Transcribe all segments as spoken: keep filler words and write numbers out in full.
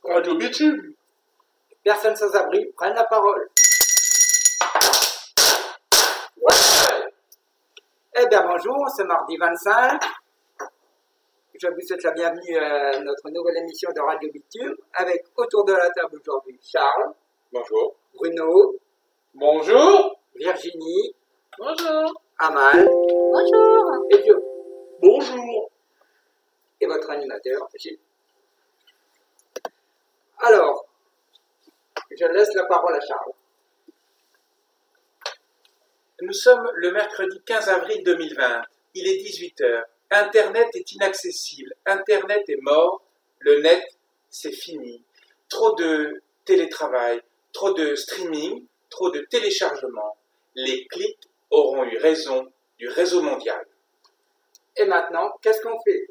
Radio Bitume. Personnes sans abri prennent la parole. Ouais. Eh bien bonjour, c'est mardi vingt-cinq. Je vous souhaite la bienvenue à notre nouvelle émission de Radio Bitume avec autour de la table aujourd'hui Charles. Bonjour. Bruno. Bonjour. Virginie. Bonjour. Amal. Bonjour. Et Joe. Bonjour. Et votre animateur, Gilles. Alors, je laisse la parole à Charles. Nous sommes le mercredi quinze avril deux mille vingt. Il est dix-huit heures. Internet est inaccessible. Internet est mort. Le net, c'est fini. Trop de télétravail, trop de streaming, trop de téléchargement. Les clics auront eu raison du réseau mondial. Et maintenant, qu'est-ce qu'on fait?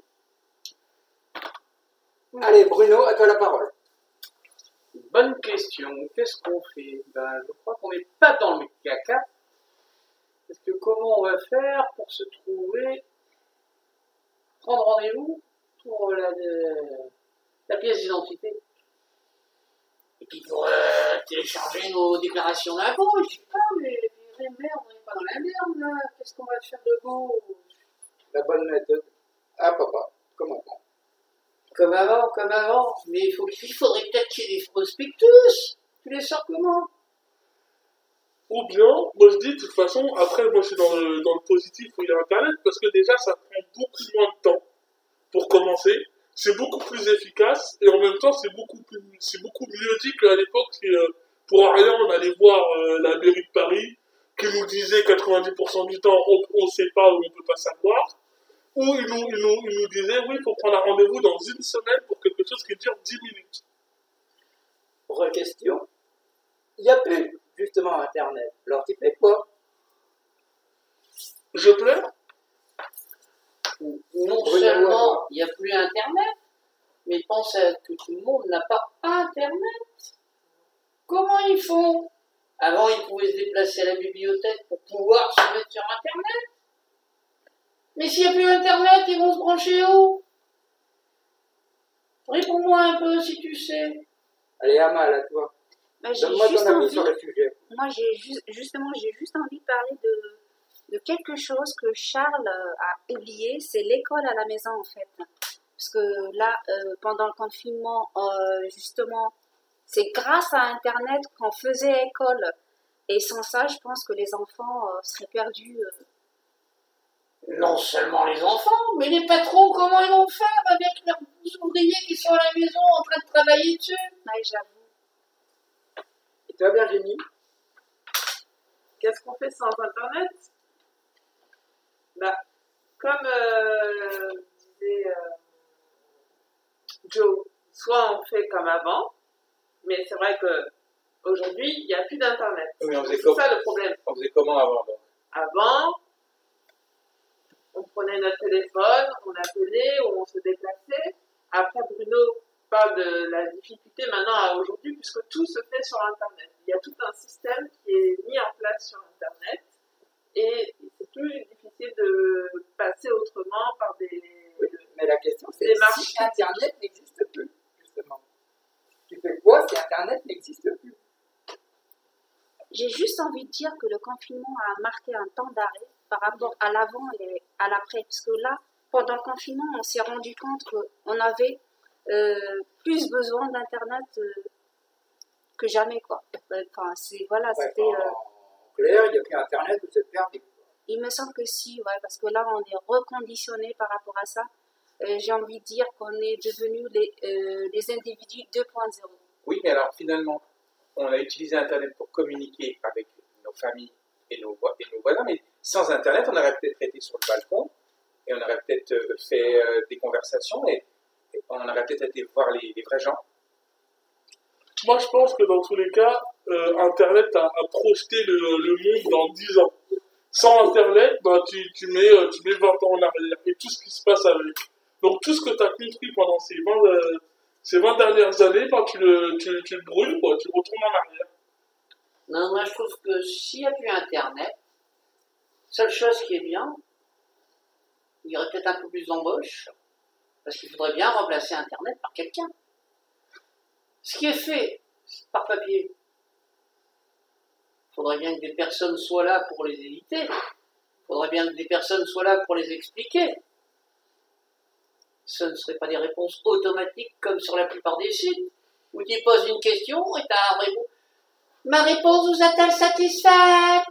Allez, Bruno, à toi la parole. Bonne question. Qu'est-ce qu'on fait? Ben, je crois qu'on n'est pas dans le caca. Parce que comment on va faire pour se trouver, prendre rendez-vous pour la, de, la pièce d'identité? Et puis pour euh, télécharger nos déclarations d'impôts, je sais pas, mais merde, on n'est pas dans la merde là. Qu'est-ce qu'on va faire de beau? La bonne méthode. Ah papa, comment on? Comme avant, comme avant. Mais il, faut, il faudrait peut-être qu'il y ait des prospectus. Tu les sors comment? Ou bien, moi je dis, de toute façon, après, moi je suis dans le, dans le positif où il y a Internet, parce que déjà, ça prend beaucoup moins de temps pour commencer. C'est beaucoup plus efficace, et en même temps, c'est beaucoup plus, c'est beaucoup mieux dit qu'à l'époque, c'est, euh, pour rien, on allait voir euh, la mairie de Paris, qui nous disait quatre-vingt-dix pour cent du temps, on ne sait pas ou on ne peut pas savoir. Ou il nous, il nous, il nous disait, oui, il faut prendre un rendez-vous dans une semaine pour quelque chose qui dure dix minutes. Vraie question. Il n'y a plus, justement, Internet. Alors, tu fais quoi? Je pleure. Non seulement il n'y a plus Internet, mais pense à que tout le monde n'a pas Internet. Comment ils font? Avant, ils pouvaient se déplacer à la bibliothèque pour pouvoir se mettre sur Internet. Mais s'il n'y a plus Internet, ils vont se brancher où? Réponds-moi un peu si tu sais. Allez, Amal, à toi. Bah, j'ai Donne-moi juste ton avis envie, sur le sujet. moi j'ai juste, justement, j'ai juste envie de parler de, de quelque chose que Charles euh, a oublié, c'est l'école à la maison en fait. Parce que là, euh, pendant le confinement, euh, justement, c'est grâce à Internet qu'on faisait école. Et sans ça, je pense que les enfants euh, seraient perdus. Euh. Non seulement les enfants, mais les patrons, comment ils vont faire avec leurs ouvriers qui sont à la maison en train de travailler dessus? Ouais, j'avoue. Et toi, Virginie? Qu'est-ce qu'on fait sans Internet? Bah, comme euh, disait euh, Joe, soit on fait comme avant, mais c'est vrai que aujourd'hui il n'y a plus d'Internet. Oui, on faisait c'est comme- ça le problème. On faisait comment avant donc? Avant, on prenait notre téléphone, on appelait ou on se déplaçait. Après, Bruno parle de la difficulté maintenant à aujourd'hui, puisque tout se fait sur Internet. Il y a tout un système qui est mis en place sur Internet, et c'est plus difficile de passer autrement par des... Oui, mais la question, c'est Des marches. si Internet n'existe plus, justement. Tu fais quoi si Internet n'existe plus? J'ai juste envie de dire que le confinement a marqué un temps d'arrêt par rapport à l'avant et à l'après. Parce que là, pendant le confinement, on s'est rendu compte qu'on avait euh, plus besoin d'Internet euh, que jamais, quoi. Enfin, c'est, voilà, Ouais, c'était... en, Euh, en clair, il n'y a plus Internet, vous êtes perdu. il me semble que si, ouais, parce que là, on est reconditionné par rapport à ça. Euh, j'ai envie de dire qu'on est devenus les, euh, les individus deux point zéro. Oui, mais alors finalement, on a utilisé Internet pour communiquer avec nos familles et nos, vo- et nos voisins, mais sans Internet, on aurait peut-être été sur le balcon et on aurait peut-être euh, fait euh, des conversations et, et on aurait peut-être été voir les, les vrais gens. Moi, je pense que dans tous les cas, euh, Internet a, a projeté le, le monde dans dix ans. Sans Internet, bah, tu, tu, mets, euh, tu mets vingt ans en arrière et tout ce qui se passe avec. Donc, tout ce que tu as compris pendant ces vingt, euh, ces vingt dernières années, bah, tu, le, tu, tu le brûles, quoi, tu retournes en arrière. Non, moi je trouve que s'il n'y a plus Internet, seule chose qui est bien, il y aurait peut-être un peu plus d'embauche, parce qu'il faudrait bien remplacer Internet par quelqu'un. Ce qui est fait par papier, il faudrait bien que des personnes soient là pour les éviter. Il faudrait bien que des personnes soient là pour les expliquer. Ce ne seraient pas des réponses automatiques comme sur la plupart des sites, où tu poses une question et tu as un réponse. Ma réponse vous a-t-elle satisfaite?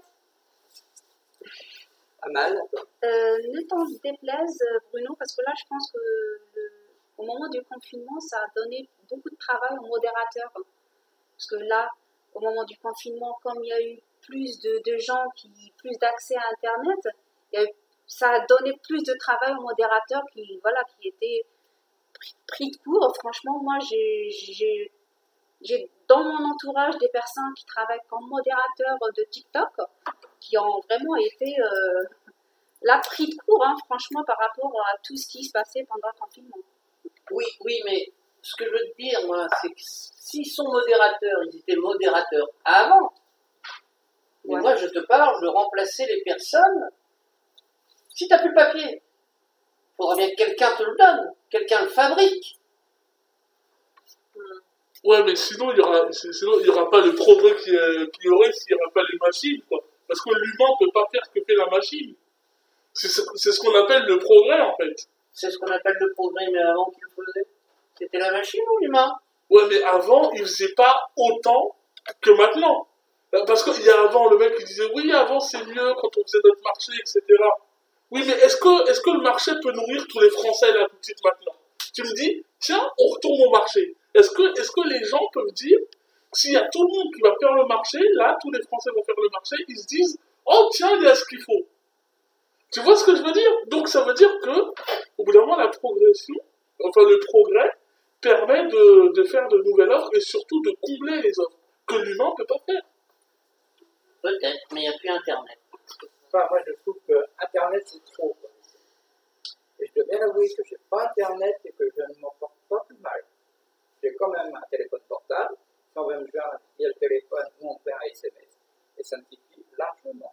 Pas mal. Euh, ne t'en déplaise, Bruno, parce que là, je pense que le- au moment du confinement, ça a donné beaucoup de travail aux modérateurs. Parce que là, au moment du confinement, comme il y a eu plus de, de gens qui, plus d'accès à Internet, il y a eu- ça a donné plus de travail aux modérateurs qui, voilà, qui étaient pris, pris de court. Franchement, moi, j'ai, j'ai, j'ai dans mon entourage des personnes qui travaillent comme modérateurs de TikTok, qui ont vraiment été euh, là pris de court, hein, franchement, par rapport à tout ce qui se passait pendant le confinement. Oui, oui, mais ce que je veux te dire, moi, c'est que s'ils sont modérateurs, ils étaient modérateurs avant. Mais Ouais. moi, je te parle de remplacer les personnes. Si tu n'as plus le papier, il faudra bien que quelqu'un te le donne, quelqu'un le fabrique. Ouais, mais sinon, il y aura, c'est- sinon, il y aura pas le progrès qu'il y, a- qu'il y aurait s'il n'y aura pas les machines, quoi. Parce que l'humain peut pas faire ce que fait la machine. C'est ce, c'est ce qu'on appelle le progrès, en fait. C'est ce qu'on appelle le progrès, mais avant qu'il le faisait, c'était la machine ou l'humain? Ouais, mais avant, il faisait pas autant que maintenant. Parce qu'il y a avant, le mec, il disait, oui, avant, c'est mieux quand on faisait notre marché, et cetera. Oui, mais est-ce que, est-ce que le marché peut nourrir tous les Français, là, tout de suite, maintenant? Tu me dis, tiens, on retourne au marché. Est-ce que, est-ce que les gens peuvent dire, s'il y a tout le monde qui va faire le marché, là, tous les Français vont faire le marché, ils se disent, oh, tiens, il y a ce qu'il faut. Tu vois ce que je veux dire? Donc, ça veut dire que, au bout d'un moment, la progression, enfin, le progrès, permet de, de faire de nouvelles offres et surtout de combler les offres que l'humain ne peut pas faire. Peut-être, mais il n'y a plus Internet. Enfin, moi, je trouve que Internet, c'est trop. quoi. Et je dois bien avouer que je n'ai pas Internet et que je ne m'en porte pas plus mal. J'ai quand même un téléphone portable, quand même via le téléphone où on fait un S M S. Et ça me suffit largement.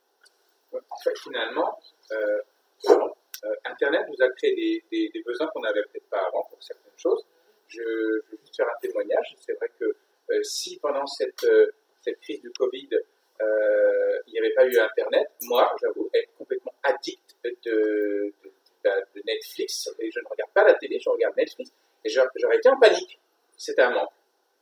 En fait, finalement, euh, pardon, euh, Internet nous a créé des, des, des besoins qu'on n'avait peut-être pas avant pour certaines choses. Je, je veux juste faire un témoignage. C'est vrai que euh, si pendant cette, euh, cette crise du Covid, euh, il n'y avait pas eu Internet, moi, j'avoue, être complètement addict de, de, de, de Netflix. Et je ne regarde pas la télé, je regarde Netflix. Et j'aurais, j'aurais été en panique. C'était un manque.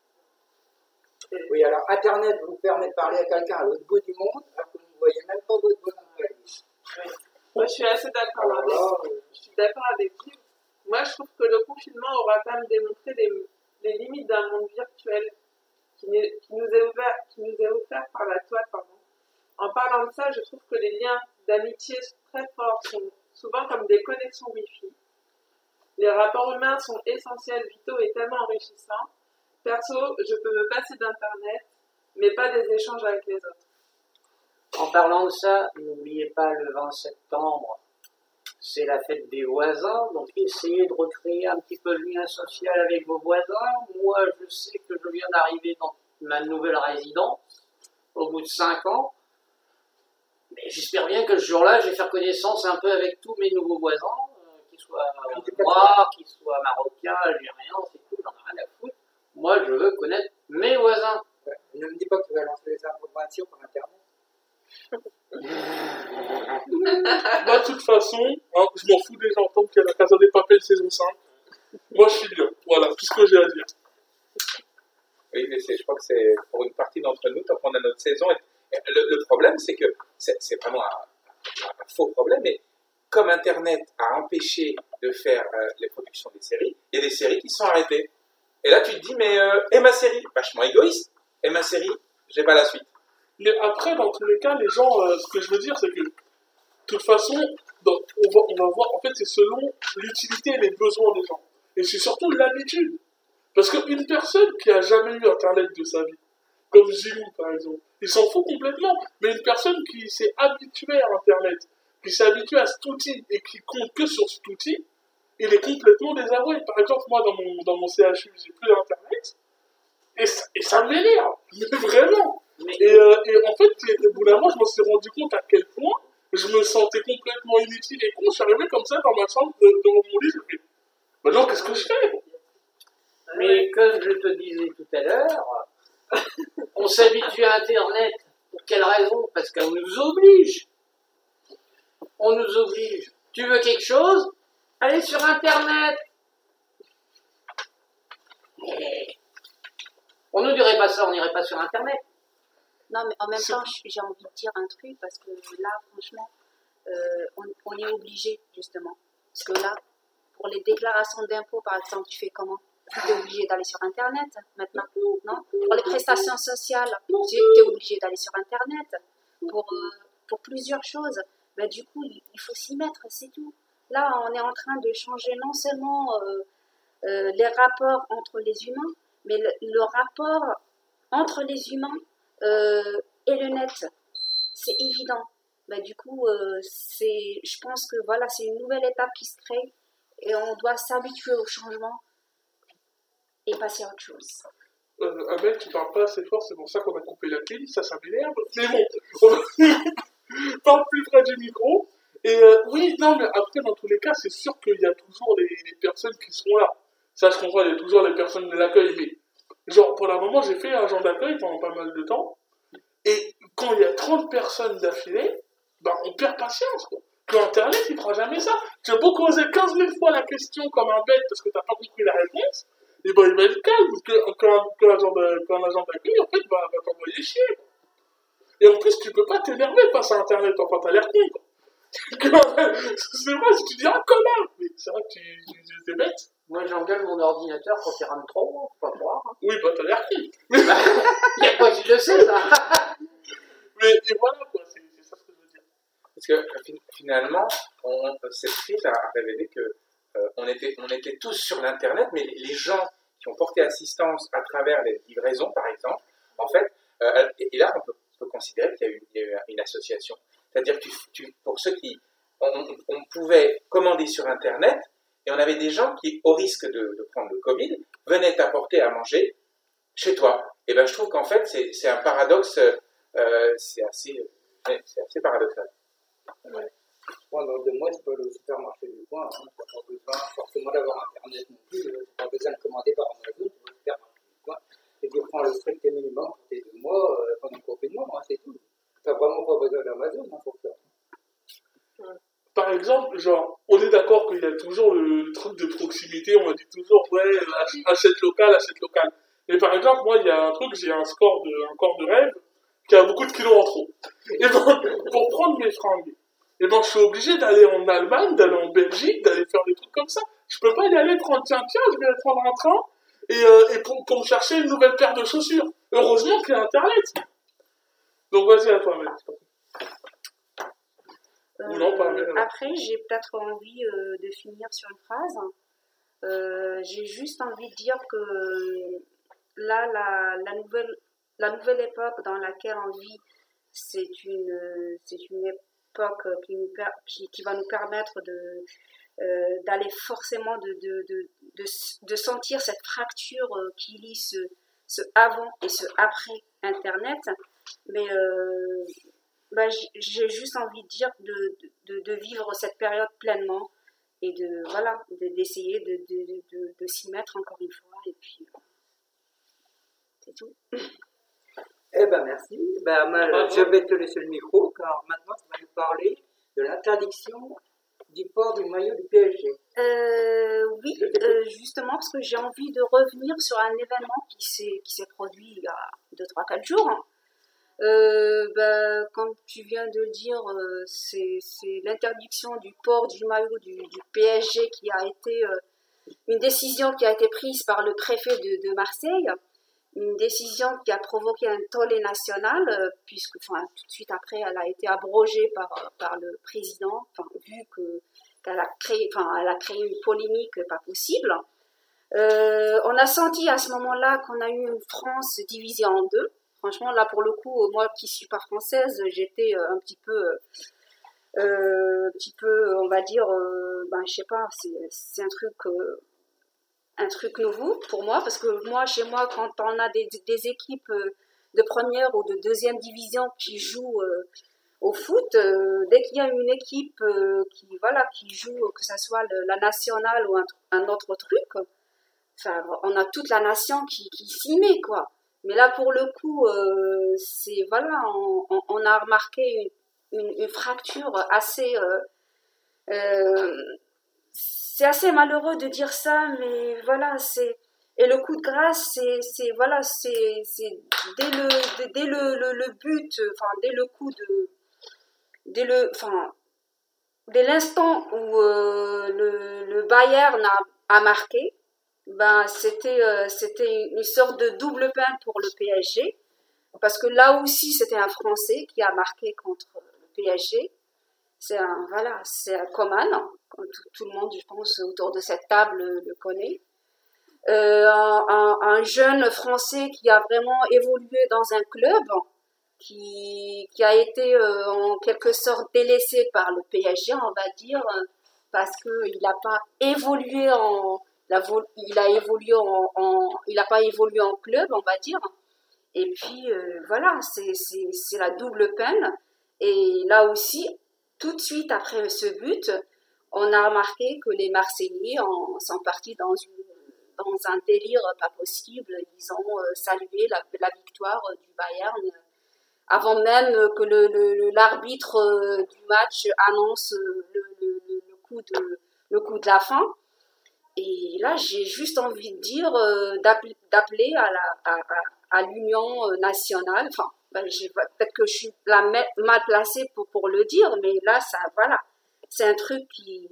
Oui, alors Internet vous permet de parler à quelqu'un à l'autre bout du monde, alors que vous ne voyez même pas votre bonhomme de la vie. Moi, je suis assez d'accord Alors avec là, euh, Je suis d'accord avec vous. Moi, je trouve que le confinement aura quand même démontré les, les limites d'un monde virtuel qui, n'est- qui nous est ouvert, qui nous est offert par la toile. Pardon. En parlant de ça, je trouve que les liens d'amitié très forts sont souvent comme des connexions Wi-Fi. Les rapports humains sont essentiels, vitaux et tellement enrichissants. Perso, je peux me passer d'Internet, mais pas des échanges avec les autres. En parlant de ça, n'oubliez pas le vingt septembre, c'est la fête des voisins, donc essayez de recréer un petit peu le lien social avec vos voisins. Moi, je sais que je viens d'arriver dans ma nouvelle résidence, au bout de cinq ans, mais j'espère bien que ce jour-là, je vais faire connaissance un peu avec tous mes nouveaux voisins, euh, qu'ils soient noirs, qu'ils soient marocains, algériens, c'est tout, j'en ai rien à foutre. Moi, je veux connaître mes voisins. ouais, ne me dis pas que tu vas lancer les informations par Internet. Moi, de toute façon, hein, je m'en fous déjà entendre qu'il y a la Casa des Papel saison cinq. Moi, je suis bien. Voilà, tout ce que j'ai à dire. Oui, mais c'est, je crois que c'est pour une partie d'entre nous, tant qu'on a notre saison. Et le, le problème, c'est que c'est, c'est vraiment un, un, un faux problème, mais comme Internet a empêché de faire euh, les productions des séries, il y a des séries qui sont arrêtées. Et là, tu te dis, mais euh, et ma série? Vachement égoïste. Et ma série? J'ai pas la suite. Mais après, dans tous les cas, les gens, euh, ce que je veux dire, c'est que, de toute façon, donc, on, va, on va voir, en fait, c'est selon l'utilité et les besoins des gens. Et c'est surtout l'habitude. Parce qu'une personne qui a jamais eu Internet de sa vie, comme Zilou, par exemple, il s'en fout complètement. Mais une personne qui s'est habituée à Internet, qui s'est habituée à cet outil et qui compte que sur cet outil, il est complètement désavoué. Par exemple, moi, dans mon, dans mon C H U, j'ai plus d'Internet, et ça, et ça m'énerve, mais vraiment. Et, euh, et en fait, et, au bout d'un moment, je me suis rendu compte à quel point je me sentais complètement inutile et con. Je suis arrivé comme ça dans ma chambre, de- devant mon lit, je me dis, maintenant, qu'est-ce que je fais? Mais comme je te disais tout à l'heure, on s'habitue à Internet. Pour quelle raison? Parce qu'on nous oblige. On nous oblige. Tu veux quelque chose? Allez sur Internet. Mais on ne nous dirait pas ça, on n'irait pas sur Internet. Non, mais en même temps, j'ai envie de dire un truc, parce que là, franchement, euh, on, on est obligé, justement. Parce que là, pour les déclarations d'impôts, par exemple, tu fais comment? Tu es obligé d'aller sur Internet, maintenant, non? Pour les prestations sociales, tu es obligé d'aller sur Internet. Pour, euh, pour plusieurs choses, ben, du coup, il, il faut s'y mettre, c'est tout. Là, on est en train de changer non seulement euh, euh, les rapports entre les humains, mais le, le rapport entre les humains euh, et le net. C'est évident. Ben, du coup, euh, c'est, je pense que voilà, c'est une nouvelle étape qui se crée et on doit s'habituer au changement et passer à autre chose. Euh, un mec qui parle pas assez fort, c'est pour ça qu'on a coupé la clé, ça, ça m'énerve. Mais bon, on va parle plus près du micro. Et euh, oui, non, mais après, dans tous les cas, c'est sûr qu'il y a toujours les, les personnes qui seront là. Ça, je comprends, il y a toujours les personnes de l'accueil. Mais, genre, pour le moment, j'ai fait agent d'accueil pendant pas mal de temps. Et quand il y a trente personnes d'affilée, ben, on perd patience, quoi. Que Internet, il fera jamais ça. Tu as beau poser quinze mille fois la question comme un bête parce que t'as pas compris la réponse, et ben, il va être calme. Parce que quand, quand, l'agent de, quand l'agent d'accueil, en fait, va, va t'envoyer chier, quoi. Et en plus, tu peux pas t'énerver face à Internet, enfin, t'as l'air con, quoi. C'est vrai, si tu dis un connard, mais c'est vrai que tu, tu, tu c'est bête. Moi, j'engueule mon ordinateur quand il rame trop, faut pas croire. Hein. Oui, bah t'as l'air con. Il y a quoi qui le sait, ça. Mais et voilà, quoi, c'est, c'est ça ce que je veux dire. Parce que finalement, on, cette crise a révélé que euh, on, était, on était tous sur l'Internet, mais les gens qui ont porté assistance à travers les livraisons, par exemple, en fait, euh, et, et là, on peut, on peut considérer qu'il y a eu, il y a eu une association. C'est-à-dire que tu, tu, pour ceux qui... On, on pouvait commander sur Internet, et on avait des gens qui, au risque de, de prendre le Covid, venaient t'apporter à manger chez toi. Et bien, je trouve qu'en fait, c'est, c'est un paradoxe, euh, c'est, assez, c'est assez paradoxal. Ouais. Moi, dans deux mois, je peux aller au supermarché du coin, hein. Pas besoin forcément d'avoir Internet non plus, euh, pas besoin de commander par Amazon, tu vas au supermarché du coin, et tu prends le strict minimum pour tes deux mois euh, pendant le confinement, hein, c'est tout. Tu n'as vraiment pas besoin d'Amazon hein, pour ça. Par exemple, genre, on est d'accord qu'il y a toujours le truc de proximité, on a dit toujours, ouais, achète local, achète local. Mais par exemple, moi, il y a un truc, j'ai un score de, un corps de rêve qui a beaucoup de kilos en trop. Et ben, pour prendre mes fringues, et ben, je suis obligé d'aller en Allemagne, d'aller en Belgique, d'aller faire des trucs comme ça. Je peux pas y aller prendre, tiens, tiens, je vais prendre un train, et, euh, et pour, pour me chercher une nouvelle paire de chaussures. Heureusement qu'il y a Internet. Donc, vas-y, à toi, Mélanie. Euh, non, pas la après, j'ai peut-être envie euh, de finir sur une phrase. Euh, j'ai juste envie de dire que là, la, la, nouvelle, la nouvelle époque dans laquelle on vit, c'est une, c'est une époque qui, nous per, qui, qui va nous permettre de, euh, d'aller forcément, de, de, de, de, de sentir cette fracture qui lie ce, ce avant et ce après Internet. Mais euh, bah, j'ai juste envie de dire de, de, de vivre cette période pleinement et de voilà de, d'essayer de, de, de, de s'y mettre encore une fois et puis c'est tout. Eh ben merci. Ben, mal, je vais te laisser le micro car maintenant tu vas nous parler de l'interdiction du port du maillot du P S G. Euh, oui, euh, justement parce que j'ai envie de revenir sur un événement qui s'est qui s'est produit il y a deux trois quatre jours. Euh, bah, comme tu viens de le dire, euh, c'est, c'est l'interdiction du port du maillot du, du P S G qui a été euh, une décision qui a été prise par le préfet de, de Marseille, une décision qui a provoqué un tollé national, euh, puisque enfin, tout de suite après, elle a été abrogée par, par le président, enfin, vu que, qu'elle a créé, enfin, elle a créé une polémique pas possible. Euh, on a senti à ce moment-là qu'on a eu une France divisée en deux. Franchement, là, pour le coup, moi qui suis pas française, j'étais un petit peu, euh, un petit peu, on va dire, euh, ben, je sais pas, c'est, c'est un truc, euh, un truc nouveau pour moi, parce que moi, chez moi, quand on a des, des équipes de première ou de deuxième division qui jouent euh, au foot, euh, dès qu'il y a une équipe euh, qui, voilà, qui joue, que ça soit le, la nationale ou un, un autre truc, enfin, on a toute la nation qui, qui s'y met, quoi. Mais là, pour le coup, euh, c'est, voilà, on, on, on a remarqué une, une, une fracture assez, euh, euh, c'est assez malheureux de dire ça, mais voilà, c'est, et le coup de grâce, c'est, c'est voilà, c'est, c'est dès le, dès, dès le, le, le but, enfin, dès le coup de, dès le, enfin, dès l'instant où euh, le, le Bayern a, a marqué, ben c'était euh, c'était une sorte de double peine pour le P S G, parce que là aussi c'était un Français qui a marqué contre le P S G. C'est un voilà, c'est un Coman, tout, tout le monde, je pense, autour de cette table le connaît. Euh, un, un, un jeune Français qui a vraiment évolué dans un club, qui, qui a été euh, en quelque sorte délaissé par le P S G, on va dire, parce qu'il n'a pas évolué en, la, il a évolué en, en il n'a pas évolué en club, on va dire. Et puis euh, voilà, c'est, c'est, c'est la double peine. Et là aussi, tout de suite après ce but, on a remarqué que les Marseillais en, sont partis dans une dans un délire pas possible. Ils ont euh, salué la, la victoire du Bayern avant même que le, le, l'arbitre euh, du match annonce le, le, le, coup de, le coup de la fin. Et là, j'ai juste envie de dire, euh, d'appeler, d'appeler à, la, à, à, à l'Union nationale. Enfin, ben, j'ai, peut-être que je suis la mal placée pour, pour le dire, mais là, ça, voilà, c'est un truc qui,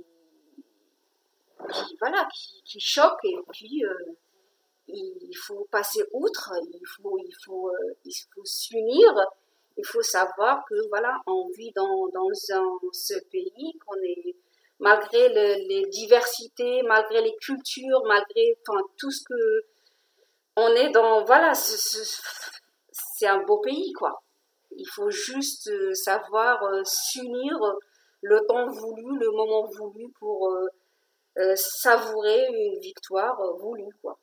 qui voilà, qui, qui choque. Et puis, euh, il faut passer outre, il faut, il faut, euh, il faut s'unir. Il faut savoir que voilà, on vit dans, dans un, ce pays, qu'on est, malgré le, les diversités, malgré les cultures, malgré enfin, tout ce que on est dans, voilà, ce, ce, c'est un beau pays, quoi. Il faut juste savoir euh, s'unir le temps voulu, le moment voulu pour euh, euh, savourer une victoire euh, voulue, quoi.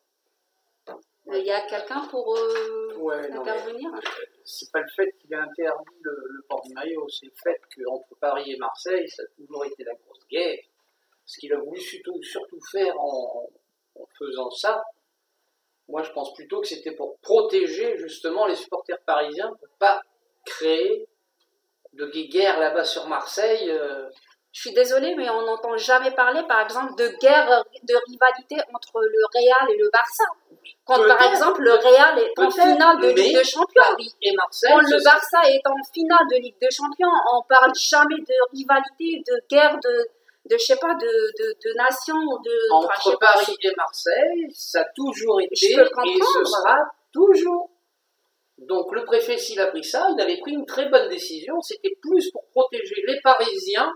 Il y a quelqu'un pour euh, ouais, intervenir? Non, c'est pas le fait qu'il a interdit le, le port du maillot, c'est le fait qu'entre Paris et Marseille, ça a toujours été la grosse guerre. Ce qu'il a voulu surtout, surtout faire en, en faisant ça, moi je pense plutôt que c'était pour protéger justement les supporters parisiens, pour pas créer de guerre là-bas sur Marseille. Euh, Je suis désolée, mais on n'entend jamais parler, par exemple, de guerre, de rivalité entre le Real et le Barça. Quand, peut-être, par exemple, le Real est en finale de Ligue des Champions. Paris et Marseille, quand le Barça est en finale de Ligue des Champions, on parle jamais de rivalité, de guerre, de, de je sais pas, de, de, de nation. De, entre enfin, Paris pas, et Marseille, ça a toujours été et ce sera toujours. Donc le préfet, s'il a pris ça, il avait pris une très bonne décision. C'était plus pour protéger les Parisiens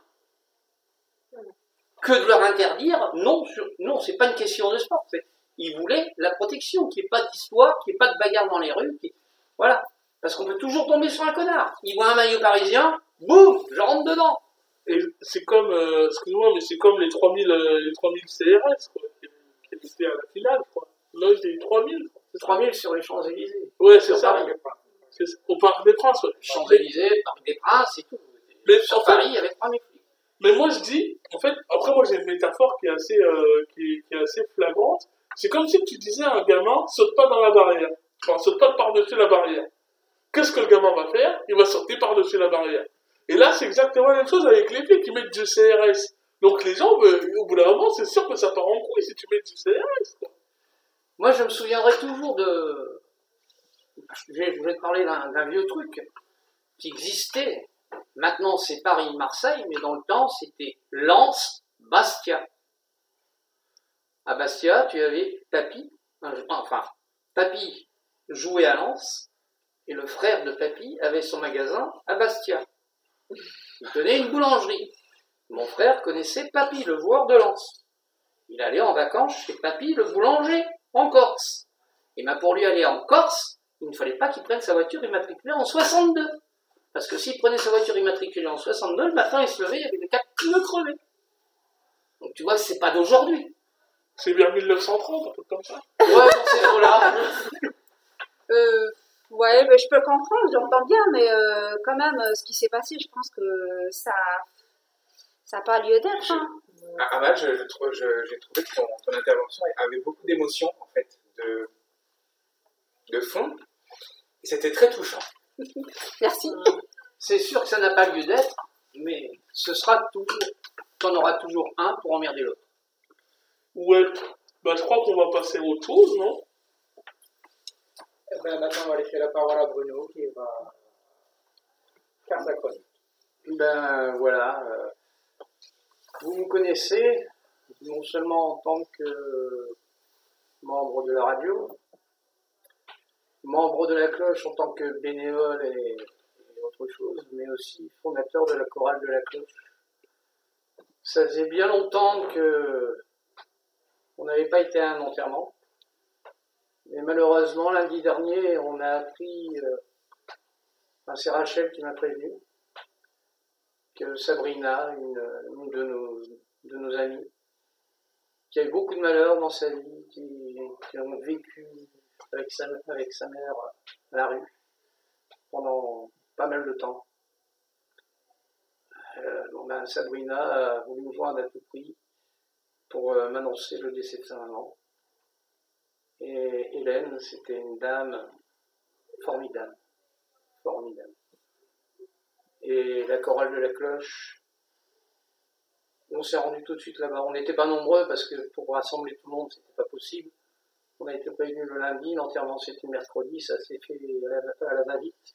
que de leur interdire. Non, sur, non, c'est pas une question de sport. C'est, ils voulaient la protection, qu'il n'y ait pas d'histoire, qu'il n'y ait pas de bagarre dans les rues. Voilà. Parce qu'on peut toujours tomber sur un connard. Il voit un maillot parisien, boum, je rentre dedans. Et c'est comme, euh, excuse-moi, mais c'est comme les trois mille, euh, les trois mille C R S, quoi, qui, qui étaient à la finale, je crois. Là, j'ai eu trois mille. trois mille sur les Champs-Élysées. Ouais, c'est ça. Paris, c'est, au Parc des Princes, ouais. Champs-Élysées, Parc des Princes et tout. Mais sur en Paris, il y avait trois mille. Mais moi, je dis, en fait, après, moi, j'ai une métaphore qui est assez, euh, qui, qui est assez flagrante. C'est comme si tu disais à un gamin, saute pas dans la barrière. Enfin, saute pas par-dessus la barrière. Qu'est-ce que le gamin va faire? Il va sauter par-dessus la barrière. Et là, c'est exactement la même chose avec les filles qui mettent du C R S. Donc, les gens, euh, au bout d'un moment, c'est sûr que ça part en couille si tu mets du C R S, quoi. Moi, je me souviendrai toujours de... Je vais te parler d'un, d'un vieux truc qui existait. Maintenant, c'est Paris-Marseille, mais dans le temps, c'était Lens-Bastia. À Bastia, tu avais Papy, enfin, Papy jouait à Lens, et le frère de Papy avait son magasin à Bastia. Il tenait une boulangerie. Mon frère connaissait Papy, le joueur de Lens. Il allait en vacances chez Papy, le boulanger, en Corse. Et ben pour lui aller en Corse, il ne fallait pas qu'il prenne sa voiture immatriculée en soixante-deux. Parce que s'il prenait sa voiture immatriculée en soixante-deux, le matin, il se levait, il y avait des quatre pneus crevés. Donc tu vois que c'est pas d'aujourd'hui. C'est vers mille neuf cent trente, un peu comme ça. Ouais, dans ces eaux-là. euh, ouais, mais je peux comprendre, j'entends bien, mais euh, quand même, ce qui s'est passé, je pense que ça n'a pas lieu d'être. Hein. Ah, Amal, je, je, trouve- je- j'ai trouvé que ton, ton intervention avait beaucoup d'émotions, en fait, de, de fond. Et c'était très touchant. Merci. C'est sûr que ça n'a pas lieu d'être, mais ce sera toujours, t'en auras toujours un pour emmerder l'autre. Ouais, bah, je crois qu'on va passer à autre chose, non? Eh ben, maintenant, on va laisser la parole à Bruno qui va faire sa chronique. Ben voilà, euh, vous me connaissez, non seulement en tant que membre de la radio, membre de la cloche en tant que bénévole et, et autre chose, mais aussi fondateur de la chorale de la cloche. Ça faisait bien longtemps que on n'avait pas été à un enterrement, mais malheureusement lundi dernier on a appris, euh, enfin, c'est Rachel qui m'a prévenu, que Sabrina, une, une de, nos, de nos amies, qui a eu beaucoup de malheurs dans sa vie, qui, qui ont vécu avec sa, avec sa mère à la rue pendant pas mal de temps. Euh, bon ben, Sabrina a voulu me joindre à tout prix pour euh, m'annoncer le décès de sa maman. Et Hélène, c'était une dame formidable, formidable. Et la chorale de la cloche, on s'est rendu tout de suite là-bas. On n'était pas nombreux parce que pour rassembler tout le monde, c'était pas possible. On a été prévenus le lundi, l'enterrement c'était le mercredi, ça s'est fait à la, à la va-vite.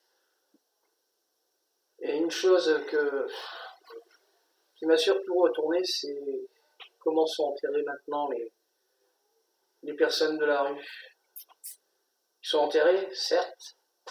Et une chose que, qui m'a surtout retourné, c'est comment sont enterrées maintenant les, les personnes de la rue. Ils sont enterrés, certes.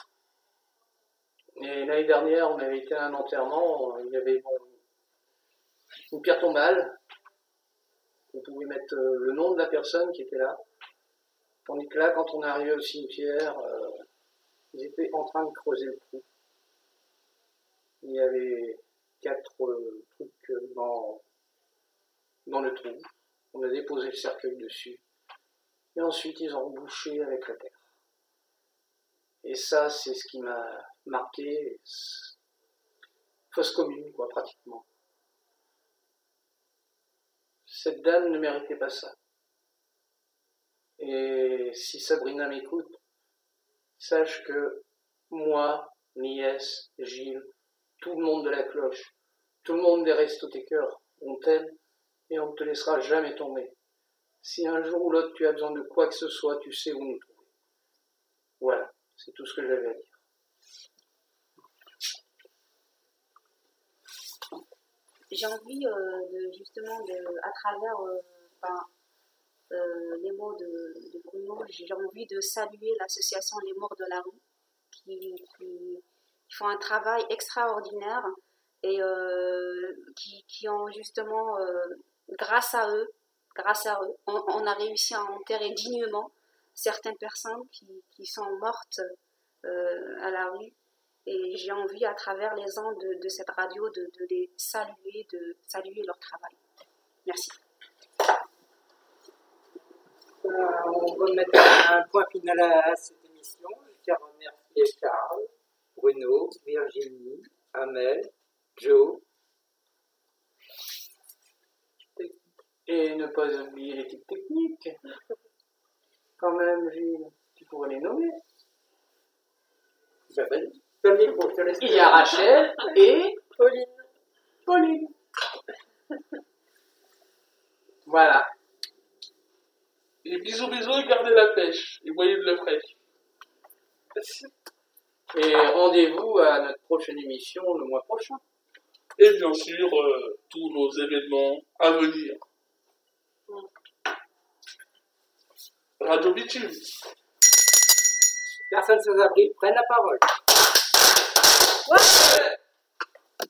Et l'année dernière, on avait été à un enterrement, il y avait bon, une pierre tombale. On pouvait mettre euh, le nom de la personne qui était là. Tandis que là, quand on est arrivé au cimetière, euh, ils étaient en train de creuser le trou. Il y avait quatre euh, trucs dans, dans le trou. On a déposé le cercueil dessus. Et ensuite, ils ont bouché avec la terre. Et ça, c'est ce qui m'a marqué. Fosse commune, quoi, pratiquement. Cette dame ne méritait pas ça. Et si Sabrina m'écoute, sache que moi, Niès, Gilles, tout le monde de la cloche, tout le monde des Restos-Takers, on t'aime et on ne te laissera jamais tomber. Si un jour ou l'autre tu as besoin de quoi que ce soit, tu sais où nous trouver. Voilà, c'est tout ce que j'avais à dire. J'ai envie euh, de, justement, de, à travers euh, ben, euh, les mots de, de Bruno, j'ai envie de saluer l'association Les Morts de la rue qui, qui, qui font un travail extraordinaire et euh, qui, qui ont justement, euh, grâce à eux, grâce à eux, on, on a réussi à enterrer dignement certaines personnes qui, qui sont mortes euh, à la rue. Et j'ai envie, à travers les ans de, de cette radio, de, de les saluer, de saluer leur travail. Merci. Euh, on va mettre un point final à, à cette émission. Je tiens à remercier Charles, Bruno, Virginie, Amel, Joe. Et ne pas oublier l'équipe technique. Quand même, Gilles, tu pourrais les nommer. Ben, vas-y. Micro, je te laisse. Il y a Rachel et Pauline. Pauline. Voilà. Et bisous, bisous, et gardez la pêche. Et voyez de la fraîche. Et rendez-vous à notre prochaine émission le mois prochain. Et bien sûr, euh, tous nos événements à venir. Radio Bitume. Personne sans abri, prenne la parole. Ouais.